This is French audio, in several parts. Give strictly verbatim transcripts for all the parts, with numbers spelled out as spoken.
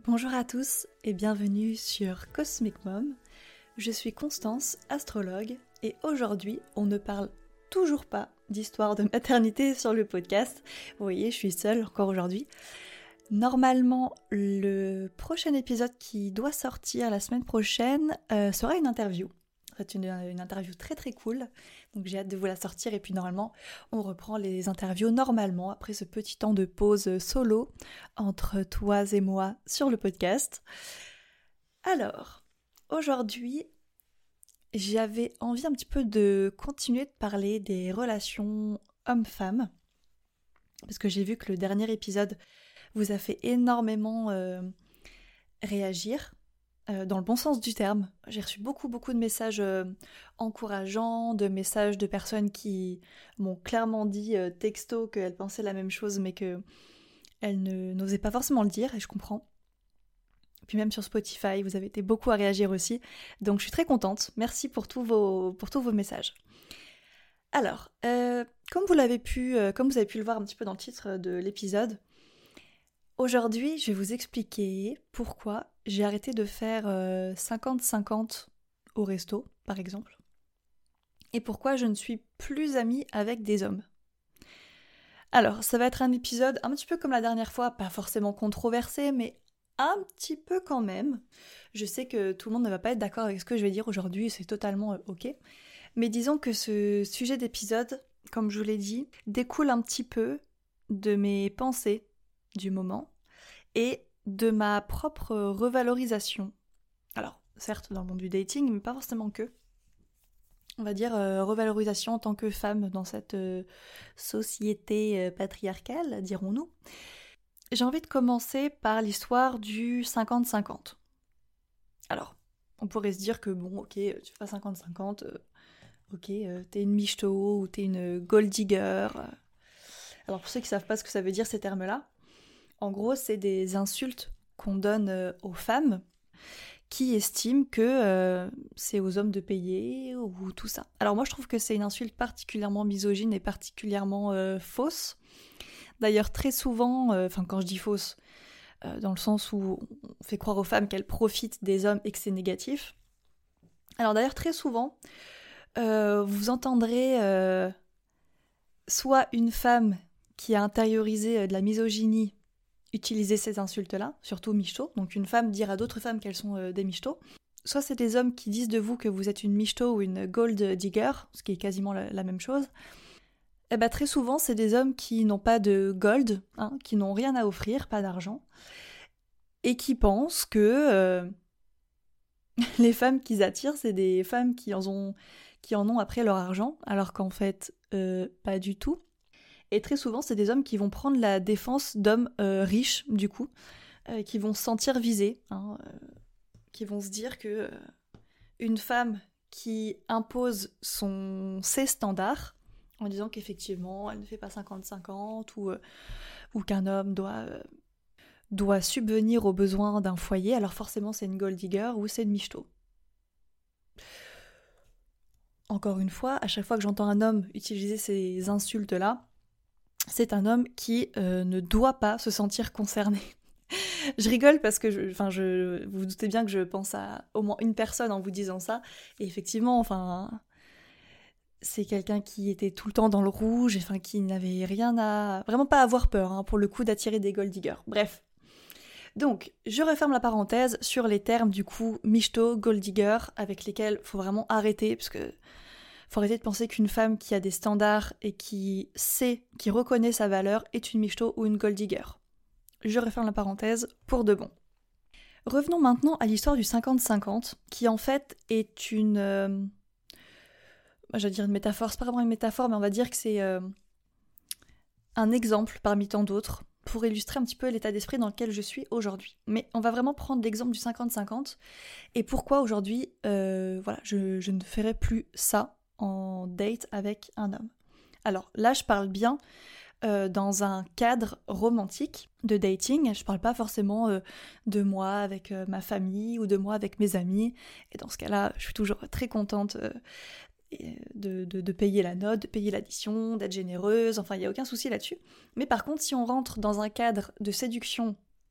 Bonjour à tous et bienvenue sur Cosmic Mom. Je suis Constance, astrologue, et aujourd'hui on ne parle toujours pas d'histoire de maternité sur le podcast. Vous voyez, je suis seule encore aujourd'hui. Normalement, le prochain épisode qui doit sortir la semaine prochaine euh, sera une interview. C'est une, une interview très très cool, donc j'ai hâte de vous la sortir et puis normalement on reprend les interviews normalement après ce petit temps de pause solo entre toi et moi sur le podcast. Alors, aujourd'hui j'avais envie un petit peu de continuer de parler des relations hommes-femmes parce que j'ai vu que le dernier épisode vous a fait énormément euh, réagir. Euh, dans le bon sens du terme. J'ai reçu beaucoup beaucoup de messages euh, encourageants, de messages de personnes qui m'ont clairement dit euh, texto qu'elles pensaient la même chose mais qu'elles ne, n'osaient pas forcément le dire, et je comprends. Puis même sur Spotify, vous avez été beaucoup à réagir aussi, donc je suis très contente. Merci pour tous vos, pour tous vos messages. Alors, euh, comme vous l'avez pu, euh, comme vous avez pu le voir un petit peu dans le titre de l'épisode, aujourd'hui, je vais vous expliquer pourquoi j'ai arrêté de faire euh, cinquante cinquante au resto, par exemple, et pourquoi je ne suis plus amie avec des hommes. Alors, ça va être un épisode un petit peu comme la dernière fois, pas forcément controversé, mais un petit peu quand même. Je sais que tout le monde ne va pas être d'accord avec ce que je vais dire aujourd'hui, et c'est totalement euh, ok. Mais disons que ce sujet d'épisode, comme je vous l'ai dit, découle un petit peu de mes pensées du moment, et de ma propre revalorisation. Alors, certes, dans le monde du dating, mais pas forcément que. On va dire euh, revalorisation en tant que femme dans cette euh, société euh, patriarcale, dirons-nous. J'ai envie de commencer par l'histoire du cinquante cinquante. Alors, on pourrait se dire que, bon, ok, tu fais pas cinquante cinquante, euh, ok, euh, t'es une michto ou t'es une gold digger. Alors, pour ceux qui savent pas ce que ça veut dire ces termes-là, en gros, c'est des insultes qu'on donne euh, aux femmes qui estiment que euh, c'est aux hommes de payer ou tout ça. Alors moi, je trouve que c'est une insulte particulièrement misogyne et particulièrement euh, fausse. D'ailleurs, très souvent, enfin euh, quand je dis fausse, euh, dans le sens où on fait croire aux femmes qu'elles profitent des hommes et que c'est négatif. Alors d'ailleurs, très souvent, euh, vous entendrez euh, soit une femme qui a intériorisé euh, de la misogynie utiliser ces insultes-là, surtout michto, donc une femme dire à d'autres femmes qu'elles sont euh, des michtos. Soit c'est des hommes qui disent de vous que vous êtes une michto ou une gold digger, ce qui est quasiment la, la même chose. Et bah très souvent, c'est des hommes qui n'ont pas de gold, hein, qui n'ont rien à offrir, pas d'argent, et qui pensent que euh, les femmes qu'ils attirent, c'est des femmes qui en ont, qui en ont après leur argent, alors qu'en fait, euh, pas du tout. Et très souvent, c'est des hommes qui vont prendre la défense d'hommes euh, riches, du coup, euh, qui vont se sentir visés, hein, euh, qui vont se dire que euh, une femme qui impose son, ses standards, en disant qu'effectivement, elle ne fait pas cinquante cinquante, ou, euh, ou qu'un homme doit, euh, doit subvenir aux besoins d'un foyer, alors forcément c'est une gold digger ou c'est une michto. Encore une fois, à chaque fois que j'entends un homme utiliser ces insultes-là, c'est un homme qui euh, ne doit pas se sentir concerné. Je rigole parce que, je, enfin, je, vous vous doutez bien que je pense à au moins une personne en vous disant ça. Et effectivement, enfin, c'est quelqu'un qui était tout le temps dans le rouge, et enfin, qui n'avait rien à, vraiment pas à avoir peur, hein, pour le coup, d'attirer des gold diggers. Bref. Donc, je referme la parenthèse sur les termes du coup michto, gold digger, avec lesquels faut vraiment arrêter, parce que faut arrêter de penser qu'une femme qui a des standards et qui sait, qui reconnaît sa valeur est une michto ou une gold digger. Je referme la parenthèse pour de bon. Revenons maintenant à l'histoire du cinquante cinquante, qui en fait est une... Euh, je vais dire une métaphore, c'est pas vraiment une métaphore, mais on va dire que c'est euh, un exemple parmi tant d'autres pour illustrer un petit peu l'état d'esprit dans lequel je suis aujourd'hui. Mais on va vraiment prendre l'exemple du cinquante cinquante et pourquoi aujourd'hui, euh, voilà, je, je ne ferai plus ça en date avec un homme. Alors là, je parle bien euh, dans un cadre romantique de dating. Je parle pas forcément euh, de moi avec euh, ma famille ou de moi avec mes amis. Et dans ce cas-là, je suis toujours très contente euh, de, de, de payer la note, de payer l'addition, d'être généreuse. Enfin, il n'y a aucun souci là-dessus. Mais par contre, si on rentre dans un cadre de séduction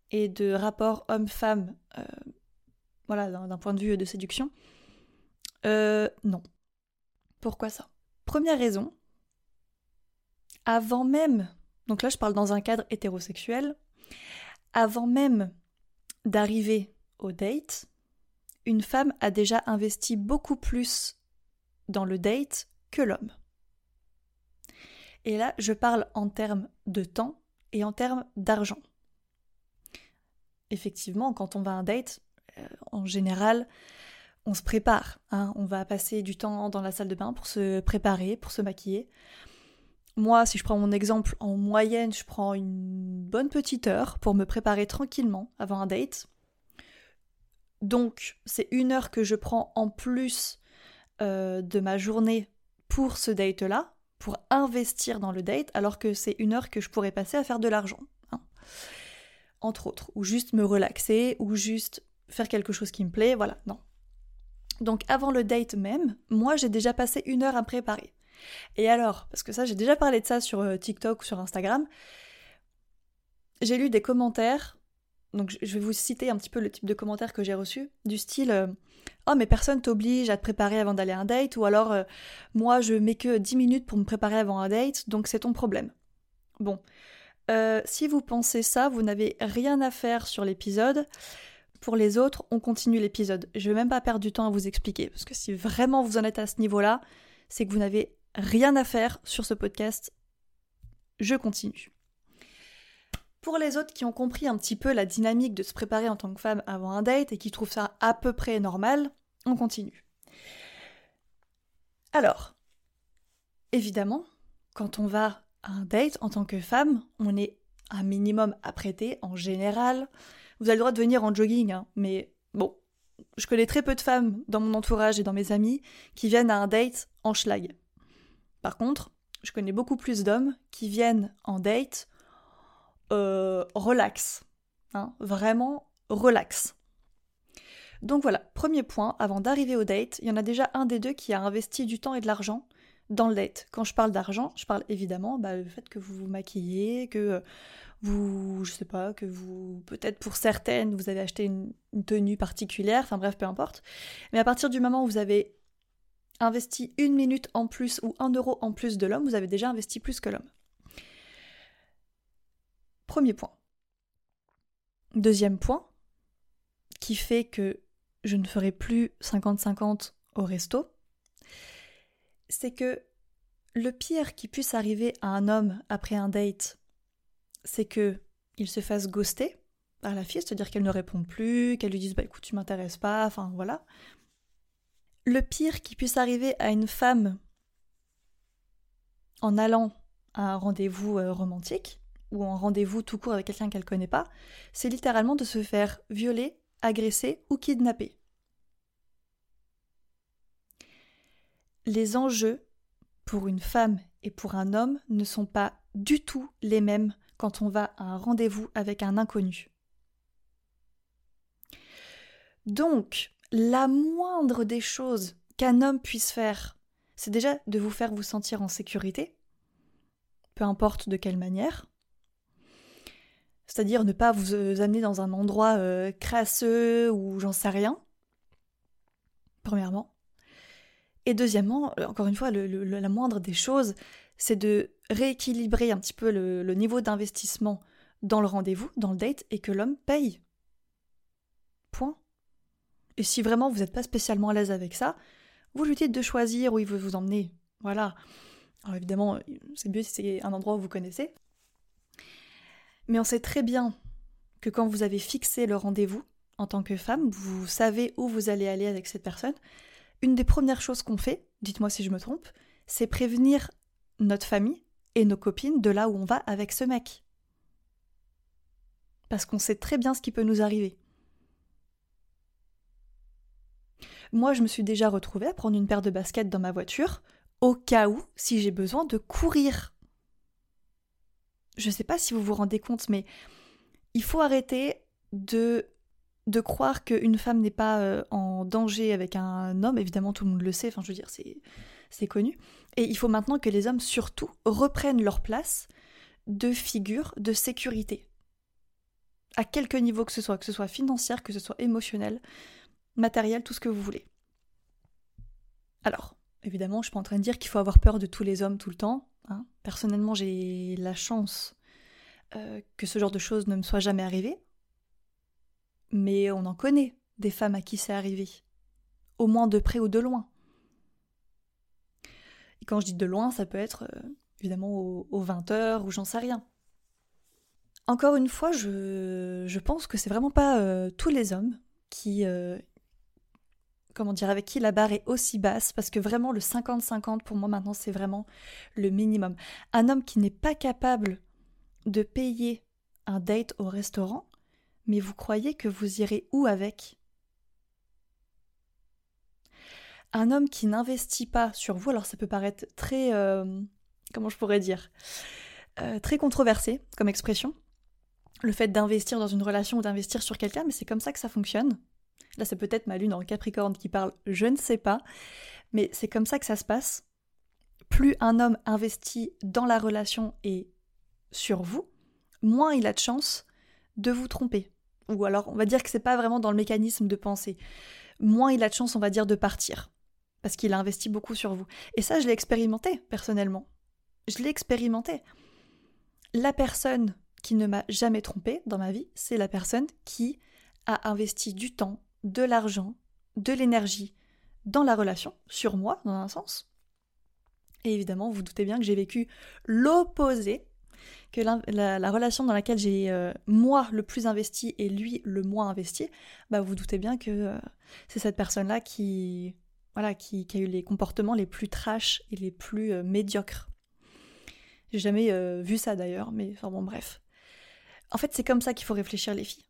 et de rapport homme-femme, euh, voilà, d'un, d'un point de vue de séduction, euh, non. Pourquoi ça ? Première raison, avant même, donc là je parle dans un cadre hétérosexuel, avant même d'arriver au date, une femme a déjà investi beaucoup plus dans le date que l'homme. Et là, je parle en termes de temps et en termes d'argent. Effectivement, quand on va à un date, euh, en général, on se prépare. Hein, on va passer du temps dans la salle de bain pour se préparer, pour se maquiller. Moi, si je prends mon exemple, en moyenne, je prends une bonne petite heure pour me préparer tranquillement avant un date. Donc, c'est une heure que je prends en plus euh, de ma journée pour ce date-là, pour investir dans le date, alors que c'est une heure que je pourrais passer à faire de l'argent. Hein. Entre autres, ou juste me relaxer, ou juste faire quelque chose qui me plaît, voilà, non. Donc avant le date même, moi j'ai déjà passé une heure à me préparer. Et alors, parce que ça j'ai déjà parlé de ça sur euh, TikTok ou sur Instagram, j'ai lu des commentaires, donc je vais vous citer un petit peu le type de commentaires que j'ai reçus, du style euh, « Oh mais personne t'oblige à te préparer avant d'aller à un date » ou alors euh, « Moi je mets que dix minutes pour me préparer avant un date, donc c'est ton problème. » Bon, euh, si vous pensez ça, vous n'avez rien à faire sur l'épisode. Pour les autres, on continue l'épisode. Je ne vais même pas perdre du temps à vous expliquer, parce que si vraiment vous en êtes à ce niveau-là, c'est que vous n'avez rien à faire sur ce podcast. Je continue. Pour les autres qui ont compris un petit peu la dynamique de se préparer en tant que femme avant un date et qui trouvent ça à peu près normal, on continue. Alors, évidemment, quand on va à un date en tant que femme, on est un minimum apprêté en général. Vous avez le droit de venir en jogging, hein, mais bon, je connais très peu de femmes dans mon entourage et dans mes amis qui viennent à un date en schlag. Par contre, je connais beaucoup plus d'hommes qui viennent en date euh, relax, hein, vraiment relax. Donc voilà, premier point, avant d'arriver au date, il y en a déjà un des deux qui a investi du temps et de l'argent dans le date. Quand je parle d'argent, je parle évidemment bah, le fait que vous vous maquillez, que vous, je sais pas, que vous, peut-être pour certaines, vous avez acheté une, une tenue particulière, enfin bref, peu importe. Mais à partir du moment où vous avez investi une minute en plus ou un euro en plus de l'homme, vous avez déjà investi plus que l'homme. Premier point. Deuxième point, qui fait que je ne ferai plus cinquante cinquante au resto, c'est que le pire qui puisse arriver à un homme après un date, c'est que il se fasse ghoster par la fille, c'est-à-dire qu'elle ne réponde plus, qu'elle lui dise bah écoute tu m'intéresses pas, enfin voilà. Le pire qui puisse arriver à une femme en allant à un rendez-vous euh, romantique ou en rendez-vous tout court avec quelqu'un qu'elle connaît pas, c'est littéralement de se faire violer, agresser ou kidnapper. Les enjeux pour une femme et pour un homme ne sont pas du tout les mêmes quand on va à un rendez-vous avec un inconnu. Donc, la moindre des choses qu'un homme puisse faire, c'est déjà de vous faire vous sentir en sécurité, peu importe de quelle manière. C'est-à-dire ne pas vous amener dans un endroit euh, crasseux ou j'en sais rien, premièrement. Et deuxièmement, encore une fois, le, le, la moindre des choses, c'est de rééquilibrer un petit peu le, le niveau d'investissement dans le rendez-vous, dans le date, et que l'homme paye. Point. Et si vraiment vous n'êtes pas spécialement à l'aise avec ça, vous lui dites de choisir où il veut vous emmener. Voilà. Alors évidemment, c'est mieux si c'est un endroit où vous connaissez. Mais on sait très bien que quand vous avez fixé le rendez-vous, en tant que femme, vous savez où vous allez aller avec cette personne, une des premières choses qu'on fait, dites-moi si je me trompe, c'est prévenir notre famille et nos copines de là où on va avec ce mec. Parce qu'on sait très bien ce qui peut nous arriver. Moi, je me suis déjà retrouvée à prendre une paire de baskets dans ma voiture, au cas où, si j'ai besoin de courir. Je ne sais pas si vous vous rendez compte, mais il faut arrêter de, de croire qu'une femme n'est pas euh, en danger avec un homme. Évidemment, tout le monde le sait, enfin, je veux dire, c'est, c'est connu. Et il faut maintenant que les hommes, surtout, reprennent leur place de figure de sécurité. à quelque niveau que ce soit, que ce soit financier, que ce soit émotionnel, matériel, tout ce que vous voulez. Alors, évidemment, je suis pas en train de dire qu'il faut avoir peur de tous les hommes tout le temps. Hein. Personnellement, j'ai la chance euh, que ce genre de choses ne me soit jamais arrivé. Mais on en connaît des femmes à qui c'est arrivé. Au moins de près ou de loin. Et quand je dis de loin, ça peut être euh, évidemment aux, aux vingt heures ou j'en sais rien. Encore une fois, je, je pense que c'est vraiment pas euh, tous les hommes qui... Euh, comment dire, avec qui la barre est aussi basse, parce que vraiment le cinquante cinquante pour moi maintenant c'est vraiment le minimum. Un homme qui n'est pas capable de payer un date au restaurant, mais vous croyez que vous irez où avec ? Un homme qui n'investit pas sur vous, alors ça peut paraître très, euh, comment je pourrais dire, euh, très controversé comme expression, le fait d'investir dans une relation ou d'investir sur quelqu'un, mais c'est comme ça que ça fonctionne. Là, c'est peut-être ma lune en Capricorne qui parle, je ne sais pas, mais c'est comme ça que ça se passe. Plus un homme investit dans la relation et sur vous, moins il a de chances de vous tromper. Ou alors, on va dire que c'est pas vraiment dans le mécanisme de pensée. Moins il a de chances, on va dire, de partir. Parce qu'il a investi beaucoup sur vous. Et ça, je l'ai expérimenté, personnellement. Je l'ai expérimenté. La personne qui ne m'a jamais trompée dans ma vie, c'est la personne qui a investi du temps, de l'argent, de l'énergie dans la relation, sur moi, dans un sens. Et évidemment, vous, vous doutez bien que j'ai vécu l'opposé, que la, la, la relation dans laquelle j'ai, euh, moi, le plus investi et lui, le moins investi, bah, vous, vous doutez bien que euh, c'est cette personne-là qui, voilà, qui, qui a eu les comportements les plus trash et les plus euh, médiocres. J'ai jamais euh, vu ça d'ailleurs, mais enfin bon, bref. En fait, c'est comme ça qu'il faut réfléchir, les filles.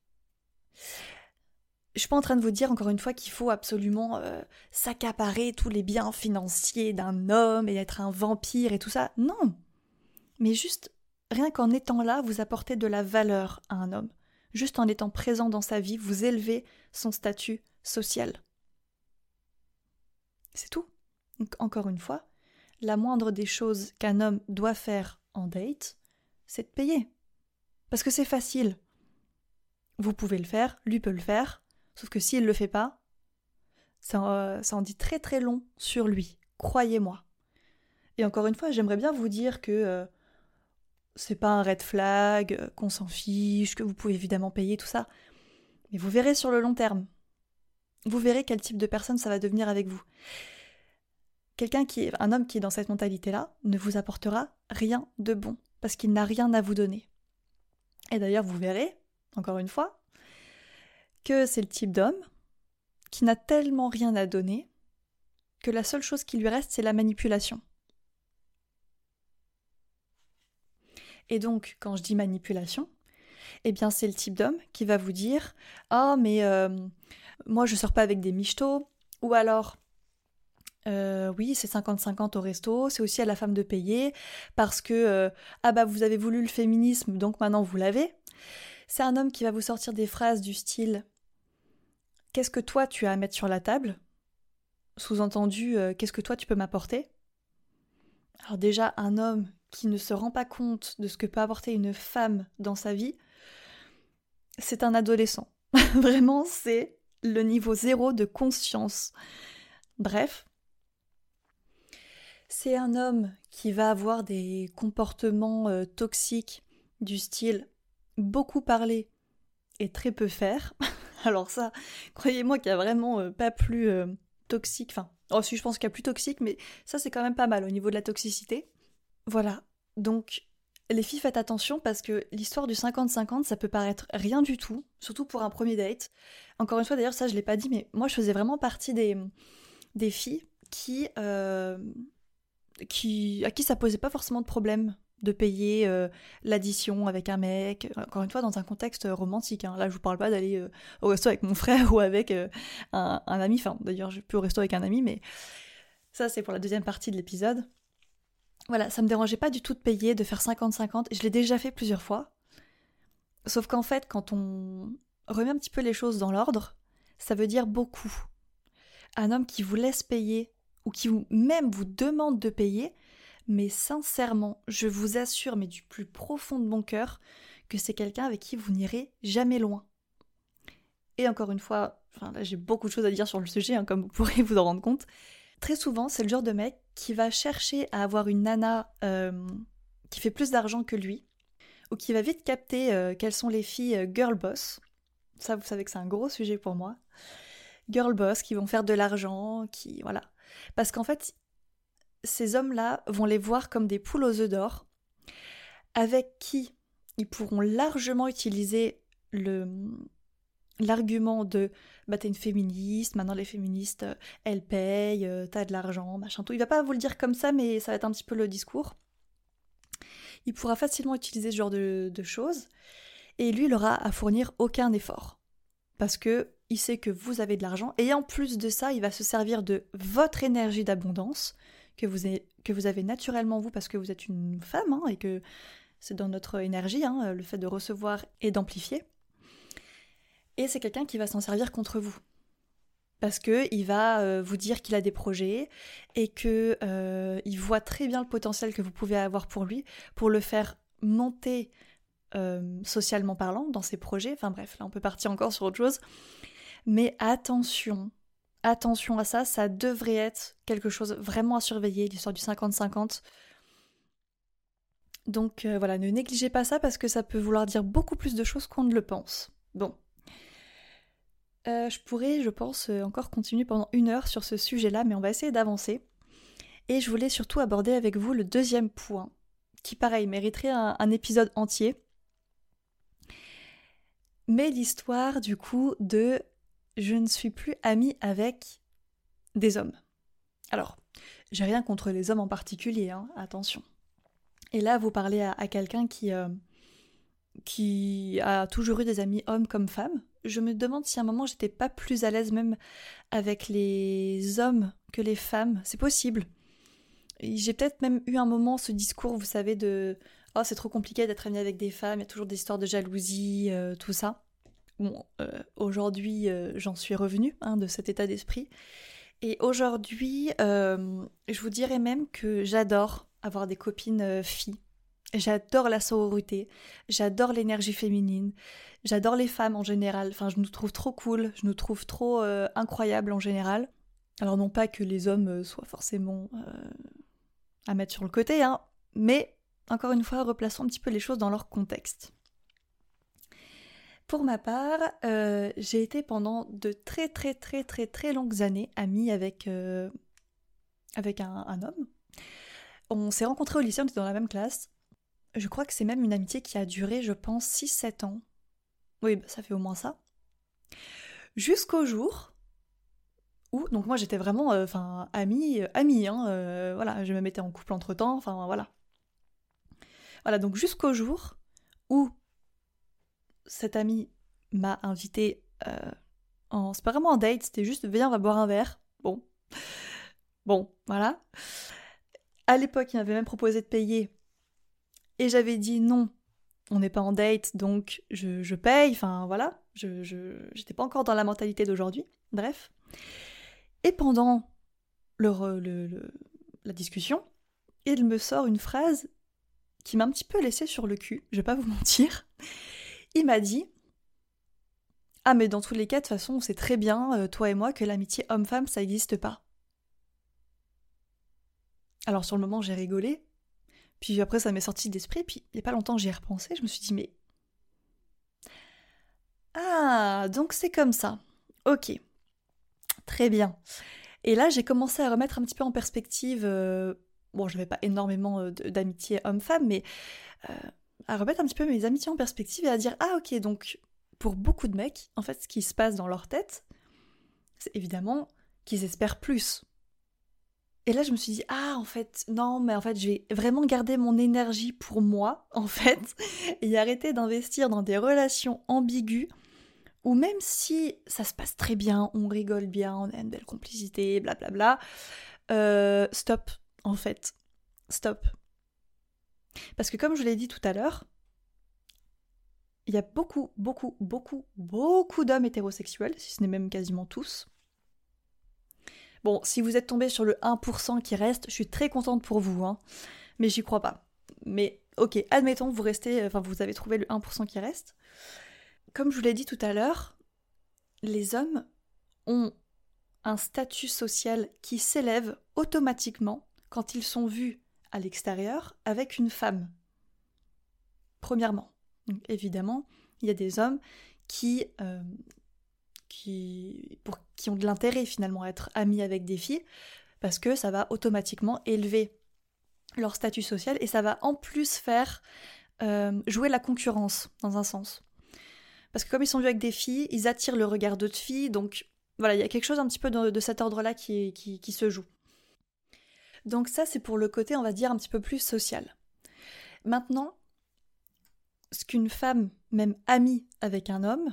Je suis pas en train de vous dire, encore une fois, qu'il faut absolument euh, s'accaparer tous les biens financiers d'un homme et être un vampire et tout ça. Non. Mais juste, rien qu'en étant là, vous apportez de la valeur à un homme. Juste en étant présent dans sa vie, vous élevez son statut social. C'est tout. Donc, encore une fois, la moindre des choses qu'un homme doit faire en date, c'est de payer. Parce que c'est facile. Vous pouvez le faire, lui peut le faire. Sauf que s'il ne le fait pas, ça, euh, ça en dit très très long sur lui, croyez-moi. Et encore une fois, j'aimerais bien vous dire que euh, c'est pas un red flag, euh, qu'on s'en fiche, que vous pouvez évidemment payer, tout ça. Mais vous verrez sur le long terme. Vous verrez quel type de personne ça va devenir avec vous. Quelqu'un qui est, un homme qui est dans cette mentalité-là ne vous apportera rien de bon, parce qu'il n'a rien à vous donner. Et d'ailleurs, vous verrez, encore une fois, que c'est le type d'homme qui n'a tellement rien à donner que la seule chose qui lui reste, c'est la manipulation. Et donc, quand je dis manipulation, eh bien c'est le type d'homme qui va vous dire « Ah, mais euh, moi je sors pas avec des michtos » ou alors euh, « Oui, c'est cinquante cinquante au resto, c'est aussi à la femme de payer parce que euh, ah bah vous avez voulu le féminisme, donc maintenant vous l'avez. » C'est un homme qui va vous sortir des phrases du style « Qu'est-ce que toi tu as à mettre sur la table ?» Sous-entendu euh, « Qu'est-ce que toi tu peux m'apporter ?» Alors déjà, un homme qui ne se rend pas compte de ce que peut apporter une femme dans sa vie, c'est un adolescent. Vraiment, c'est le niveau zéro de conscience. Bref, c'est un homme qui va avoir des comportements euh, toxiques du style beaucoup parler et très peu faire. Alors ça, croyez-moi qu'il y a vraiment euh, pas plus euh, toxique, enfin, oh si je pense qu'il y a plus toxique, mais ça c'est quand même pas mal au niveau de la toxicité. Voilà, donc les filles faites attention parce que l'histoire du cinquante cinquante ça peut paraître rien du tout, surtout pour un premier date. Encore une fois d'ailleurs ça je l'ai pas dit, mais moi je faisais vraiment partie des, des filles qui, euh, qui, à qui ça posait pas forcément de problème de payer euh, l'addition avec un mec, encore une fois dans un contexte romantique, hein. Là je vous parle pas d'aller euh, au resto avec mon frère ou avec euh, un, un ami, enfin d'ailleurs je suis plus au resto avec un ami, mais ça c'est pour la deuxième partie de l'épisode. Voilà, ça me dérangeait pas du tout de payer, de faire cinquante cinquante, je l'ai déjà fait plusieurs fois, sauf qu'en fait quand on remet un petit peu les choses dans l'ordre, ça veut dire beaucoup. Un homme qui vous laisse payer, ou qui vous, même vous demande de payer, mais sincèrement, je vous assure, mais du plus profond de mon cœur, que c'est quelqu'un avec qui vous n'irez jamais loin. Et encore une fois, enfin là j'ai beaucoup de choses à dire sur le sujet, hein, comme vous pourrez vous en rendre compte. Très souvent, c'est le genre de mec qui va chercher à avoir une nana euh, qui fait plus d'argent que lui, ou qui va vite capter euh, quelles sont les filles euh, girl boss. Ça, vous savez que c'est un gros sujet pour moi. Girl boss, qui vont faire de l'argent, qui... voilà. Parce qu'en fait, ces hommes-là vont les voir comme des poules aux œufs d'or, avec qui ils pourront largement utiliser le... l'argument de bah t'es une féministe, maintenant les féministes euh, elles payent, euh, t'as de l'argent, machin tout. Il va pas vous le dire comme ça, mais ça va être un petit peu le discours. Il pourra facilement utiliser ce genre de, de choses, et lui il aura à fournir aucun effort. Parce que il sait que vous avez de l'argent, et en plus de ça, il va se servir de votre énergie d'abondance, que vous avez, que vous avez naturellement vous, parce que vous êtes une femme, hein, et que c'est dans notre énergie, hein, le fait de recevoir et d'amplifier. Et c'est quelqu'un qui va s'en servir contre vous. Parce qu'il va euh, vous dire qu'il a des projets et qu'il euh, voit très bien le potentiel que vous pouvez avoir pour lui, pour le faire monter euh, socialement parlant dans ses projets. Enfin bref, là on peut partir encore sur autre chose. Mais attention, attention à ça, ça devrait être quelque chose vraiment à surveiller, l'histoire du cinquante cinquante. Donc euh, voilà, ne négligez pas ça parce que ça peut vouloir dire beaucoup plus de choses qu'on ne le pense. Bon. Euh, je pourrais, je pense, euh, encore continuer pendant une heure sur ce sujet-là, mais on va essayer d'avancer. Et je voulais surtout aborder avec vous le deuxième point, qui pareil, mériterait un, un épisode entier. Mais l'histoire, du coup, de « je ne suis plus amie avec des hommes ». Alors, j'ai rien contre les hommes en particulier, hein, attention. Et là, vous parlez à, à quelqu'un qui, euh, qui a toujours eu des amis hommes comme femmes. Je me demande si à un moment j'étais pas plus à l'aise même avec les hommes que les femmes. C'est possible. J'ai peut-être même eu un moment ce discours, vous savez, de « oh, c'est trop compliqué d'être amie avec des femmes, il y a toujours des histoires de jalousie, euh, tout ça ». Bon, euh, aujourd'hui, euh, j'en suis revenue hein, de cet état d'esprit. Et aujourd'hui, euh, je vous dirais même que j'adore avoir des copines euh, filles. J'adore la sororité, j'adore l'énergie féminine, j'adore les femmes en général, enfin je nous trouve trop cool, je nous trouve trop euh, incroyables en général. Alors non pas que les hommes euh, soient forcément euh, à mettre sur le côté, hein, mais encore une fois, replaçons un petit peu les choses dans leur contexte. Pour ma part, euh, j'ai été pendant de très très très très très longues années amie avec, euh, avec un, un homme. On s'est rencontrés au lycée, on était dans la même classe. Je crois que c'est même une amitié qui a duré, je pense, six sept ans. Oui, bah, ça fait au moins ça. Jusqu'au jour où, donc moi j'étais vraiment, enfin, euh, amie, euh, amie, hein, euh, voilà, je me mettais en couple entre-temps, enfin voilà. Voilà, donc jusqu'au jour où cette amie m'a invitée, euh, en, c'est pas vraiment un date, c'était juste, viens, on va boire un verre. Bon, bon, voilà. À l'époque, il m'avait même proposé de payer. Et j'avais dit non, on n'est pas en date, donc je, je paye, enfin voilà, je, je, j'étais pas encore dans la mentalité d'aujourd'hui, bref. Et pendant le, le, le, la discussion, il me sort une phrase qui m'a un petit peu laissé sur le cul, je vais pas vous mentir. Il m'a dit « Ah mais dans tous les cas, de toute façon, on sait très bien, euh, toi et moi, que l'amitié homme-femme, ça n'existe pas. » Alors sur le moment, j'ai rigolé. Puis après, ça m'est sorti d'esprit, puis il n'y a pas longtemps, j'y ai repensé, je me suis dit, mais... Ah, donc c'est comme ça. Ok, très bien. Et là, j'ai commencé à remettre un petit peu en perspective... Euh... Bon, je n'avais pas énormément euh, d'amitié homme-femme, mais euh, à remettre un petit peu mes amitiés en perspective et à dire, ah ok, donc pour beaucoup de mecs, en fait, ce qui se passe dans leur tête, c'est évidemment qu'ils espèrent plus. Et là, je me suis dit, ah, en fait, non, mais en fait, je vais vraiment garder mon énergie pour moi, en fait, et arrêter d'investir dans des relations ambiguës, où même si ça se passe très bien, on rigole bien, on a une belle complicité, blablabla, euh, stop, en fait, stop. Parce que comme je l'ai dit tout à l'heure, il y a beaucoup, beaucoup, beaucoup, beaucoup d'hommes hétérosexuels, si ce n'est même quasiment tous. Bon, si vous êtes tombé sur le un pour cent qui reste, je suis très contente pour vous, hein, mais j'y crois pas. Mais ok, admettons, vous restez, enfin vous avez trouvé le un pour cent qui reste. Comme je vous l'ai dit tout à l'heure, les hommes ont un statut social qui s'élève automatiquement quand ils sont vus à l'extérieur avec une femme. Premièrement. Donc, évidemment, il y a des hommes qui, euh, qui, pour, qui ont de l'intérêt finalement à être amis avec des filles, parce que ça va automatiquement élever leur statut social et ça va en plus faire euh, jouer la concurrence dans un sens. Parce que comme ils sont vus avec des filles, ils attirent le regard d'autres filles, donc voilà, il y a quelque chose un petit peu de, de cet ordre-là qui, qui, qui se joue. Donc ça, c'est pour le côté, on va dire, un petit peu plus social. Maintenant, ce qu'une femme, même amie avec un homme,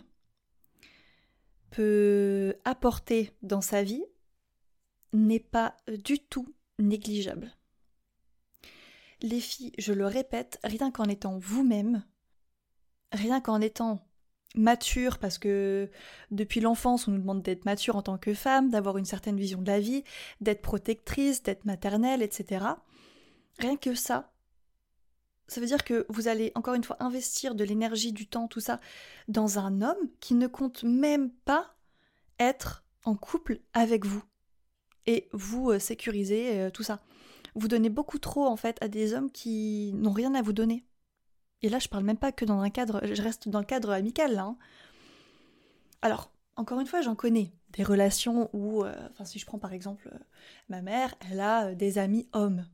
peut apporter dans sa vie n'est pas du tout négligeable. Les filles, je le répète, rien qu'en étant vous-même, rien qu'en étant mature, parce que depuis l'enfance, on nous demande d'être mature en tant que femme, d'avoir une certaine vision de la vie, d'être protectrice, d'être maternelle, et cetera. Rien que ça, ça veut dire que vous allez encore une fois investir de l'énergie, du temps, tout ça, dans un homme qui ne compte même pas être en couple avec vous et vous euh, sécuriser, euh, tout ça. Vous donnez beaucoup trop en fait à des hommes qui n'ont rien à vous donner. Et là, je parle même pas que dans un cadre, je reste dans le cadre amical, là. Hein. Alors, encore une fois, j'en connais des relations où, euh, enfin, si je prends par exemple euh, ma mère, elle a euh, des amis hommes.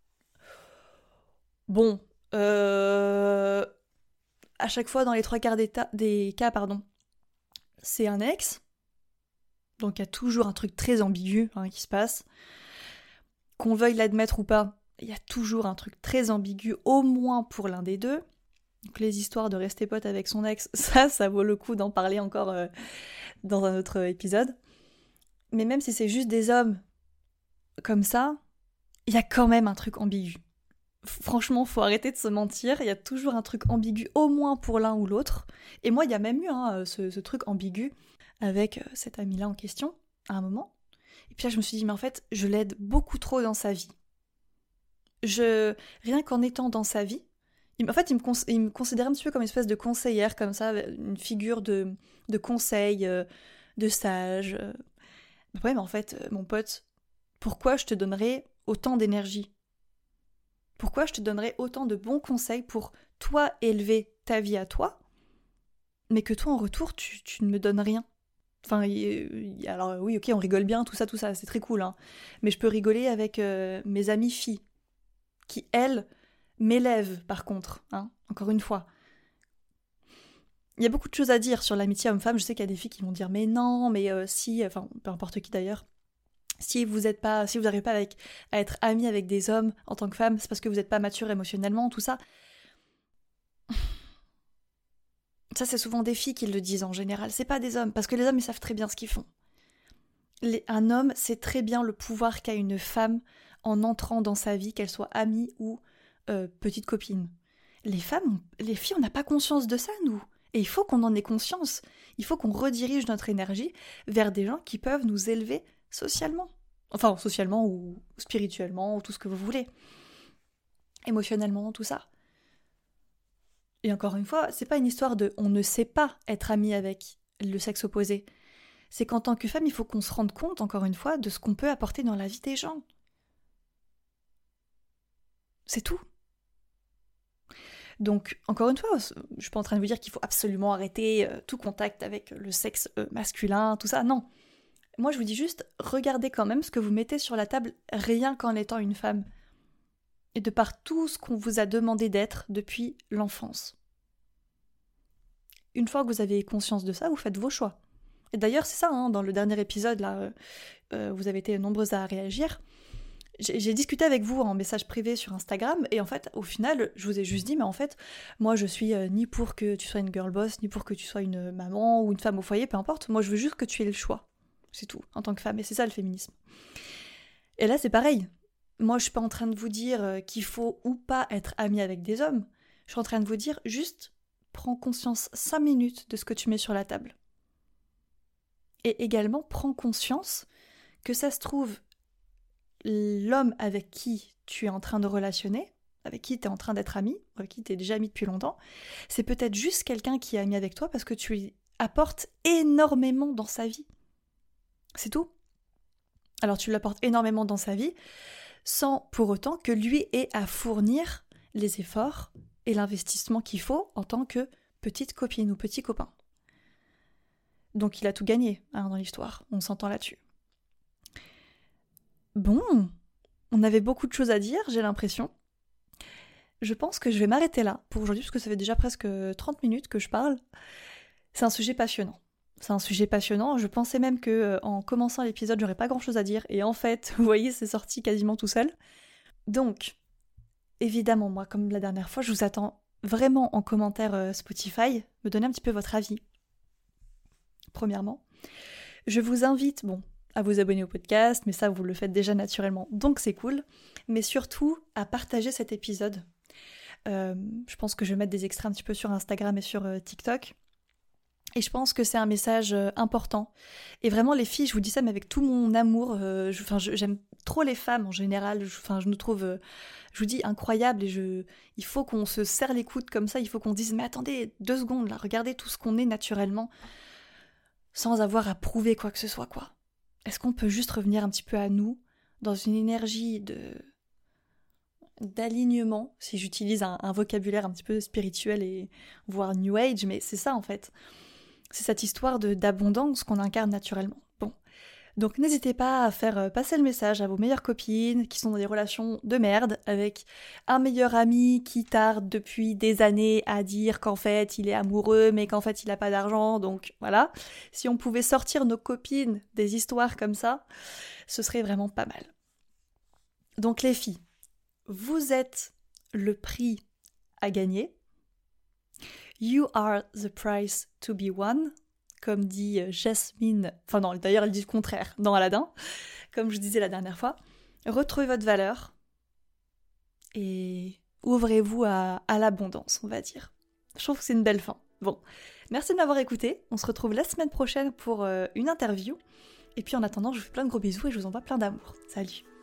Bon, euh, à chaque fois, dans les trois quarts des, ta- des cas, pardon, c'est un ex. Donc, il y a toujours un truc très ambigu hein, qui se passe. Qu'on veuille l'admettre ou pas, il y a toujours un truc très ambigu, au moins pour l'un des deux. Donc les histoires de rester pote avec son ex, ça, ça vaut le coup d'en parler encore euh, dans un autre épisode. Mais même si c'est juste des hommes comme ça, il y a quand même un truc ambigu. Franchement, faut arrêter de se mentir, il y a toujours un truc ambigu, au moins pour l'un ou l'autre. Et moi, il y a même eu hein, ce, ce truc ambigu avec euh, cet ami-là en question, à un moment. Et puis là, je me suis dit, mais en fait, je l'aide beaucoup trop dans sa vie. Je, rien qu'en étant dans sa vie, il, en fait, il me, cons, il me considérait un petit peu comme une espèce de conseillère, comme ça, une figure de, de conseil, euh, de sage. Euh. Ouais, mais en fait, euh, mon pote, pourquoi je te donnerais autant d'énergie ? Pourquoi je te donnerais autant de bons conseils pour toi élever ta vie à toi, mais que toi, en retour, tu, tu ne me donnes rien ? Enfin, y, y, alors oui, ok, on rigole bien, tout ça, tout ça, c'est très cool, hein. Mais je peux rigoler avec euh, mes amies filles, qui, elles, m'élèvent, par contre, hein, encore une fois. Il y a beaucoup de choses à dire sur l'amitié homme-femme, je sais qu'il y a des filles qui vont dire « mais non, mais euh, si... » Enfin, peu importe qui d'ailleurs. Si vous êtes pas, si vous n'arrivez pas avec, à être amie avec des hommes en tant que femme, c'est parce que vous n'êtes pas mature émotionnellement, tout ça. Ça, c'est souvent des filles qui le disent en général, c'est pas des hommes, parce que les hommes, ils savent très bien ce qu'ils font. Les, un homme sait très bien le pouvoir qu'a une femme en entrant dans sa vie, qu'elle soit amie ou euh, petite copine. Les femmes, les filles, on n'a pas conscience de ça, nous. Et il faut qu'on en ait conscience. Il faut qu'on redirige notre énergie vers des gens qui peuvent nous élever socialement. Enfin, socialement ou spirituellement, ou tout ce que vous voulez. Émotionnellement, tout ça. Et encore une fois, c'est pas une histoire de on ne sait pas être ami avec le sexe opposé. C'est qu'en tant que femme, il faut qu'on se rende compte, encore une fois, de ce qu'on peut apporter dans la vie des gens. C'est tout. Donc, encore une fois, je suis pas en train de vous dire qu'il faut absolument arrêter euh, tout contact avec le sexe euh, masculin, tout ça, non. Moi, je vous dis juste, regardez quand même ce que vous mettez sur la table rien qu'en étant une femme. Et de par tout ce qu'on vous a demandé d'être depuis l'enfance. Une fois que vous avez conscience de ça, vous faites vos choix. Et d'ailleurs, c'est ça, hein, dans le dernier épisode, là, euh, euh, vous avez été nombreuses à réagir. J'ai, j'ai discuté avec vous en message privé sur Instagram, et en fait, au final, je vous ai juste dit, mais en fait, moi, je suis euh, ni pour que tu sois une girl boss, ni pour que tu sois une maman ou une femme au foyer, peu importe. Moi, je veux juste que tu aies le choix. C'est tout, en tant que femme, et c'est ça le féminisme. Et là, c'est pareil. Moi, je suis pas en train de vous dire qu'il faut ou pas être amie avec des hommes. Je suis en train de vous dire, juste, prends conscience cinq minutes de ce que tu mets sur la table. Et également, prends conscience que ça se trouve, l'homme avec qui tu es en train de relationner, avec qui tu es en train d'être ami, avec qui tu es déjà ami depuis longtemps, c'est peut-être juste quelqu'un qui est ami avec toi parce que tu lui apportes énormément dans sa vie. C'est tout. Alors tu l'apportes énormément dans sa vie, sans pour autant que lui ait à fournir les efforts et l'investissement qu'il faut en tant que petite copine ou petit copain. Donc il a tout gagné hein, dans l'histoire, on s'entend là-dessus. Bon, on avait beaucoup de choses à dire, j'ai l'impression. Je pense que je vais m'arrêter là pour aujourd'hui, parce que ça fait déjà presque trente minutes que je parle. C'est un sujet passionnant. C'est un sujet passionnant. Je pensais même que euh, en commençant l'épisode, j'aurais pas grand-chose à dire. Et en fait, vous voyez, c'est sorti quasiment tout seul. Donc, évidemment, moi, comme la dernière fois, je vous attends vraiment en commentaire euh, Spotify, me donner un petit peu votre avis. Premièrement. Je vous invite, bon, à vous abonner au podcast, mais ça, vous le faites déjà naturellement, donc c'est cool. Mais surtout, à partager cet épisode. Euh, je pense que je vais mettre des extraits un petit peu sur Instagram et sur euh, TikTok. Et je pense que c'est un message euh, important. Et vraiment, les filles, je vous dis ça, mais avec tout mon amour. Euh, je, enfin, je, j'aime trop les femmes en général. Je, enfin, je nous trouve, euh, je vous dis, incroyables. Et je, il faut qu'on se serre les coudes comme ça. Il faut qu'on dise, mais attendez, deux secondes là, regardez tout ce qu'on est naturellement, sans avoir à prouver quoi que ce soit, quoi. Est-ce qu'on peut juste revenir un petit peu à nous, dans une énergie de d'alignement, si j'utilise un, un vocabulaire un petit peu spirituel et voire New Age, mais c'est ça en fait. C'est cette histoire de, d'abondance qu'on incarne naturellement. Bon. Donc n'hésitez pas à faire passer le message à vos meilleures copines qui sont dans des relations de merde, avec un meilleur ami qui tarde depuis des années à dire qu'en fait il est amoureux mais qu'en fait il n'a pas d'argent, donc voilà. Si on pouvait sortir nos copines des histoires comme ça, ce serait vraiment pas mal. Donc les filles, vous êtes le prix à gagner. You are the price to be won, comme dit Jasmine, enfin non, d'ailleurs elle dit le contraire dans Aladdin, comme je disais la dernière fois. Retrouvez votre valeur et ouvrez-vous à, à l'abondance, on va dire. Je trouve que c'est une belle fin. Bon, merci de m'avoir écouté, on se retrouve la semaine prochaine pour euh, une interview, et puis en attendant, je vous fais plein de gros bisous et je vous envoie plein d'amour. Salut!